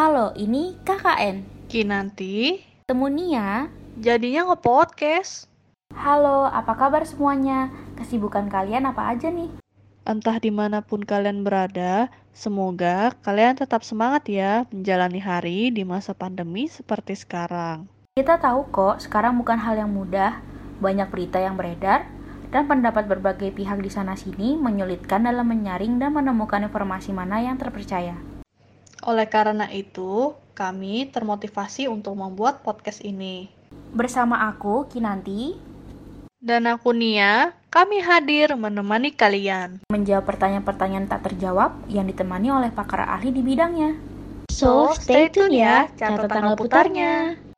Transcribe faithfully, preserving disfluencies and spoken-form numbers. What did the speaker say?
Halo, ini K K N. Kinanti, Temu Nia. jadinya nge-podcast. Halo, apa kabar semuanya? Kesibukan kalian apa aja nih? Entah dimanapun kalian berada, semoga kalian tetap semangat ya menjalani hari di masa pandemi seperti sekarang. Kita tahu kok, sekarang bukan hal yang mudah. Banyak berita yang beredar, dan pendapat berbagai pihak di sana-sini menyulitkan dalam menyaring dan menemukan informasi mana yang terpercaya. Oleh karena itu, kami termotivasi untuk membuat podcast ini. Bersama aku, Kinanti, Dan aku Nia, kami hadir menemani kalian. menjawab pertanyaan-pertanyaan tak terjawab yang ditemani oleh pakar ahli di bidangnya. So, stay tune ya, catat tanggal putarnya.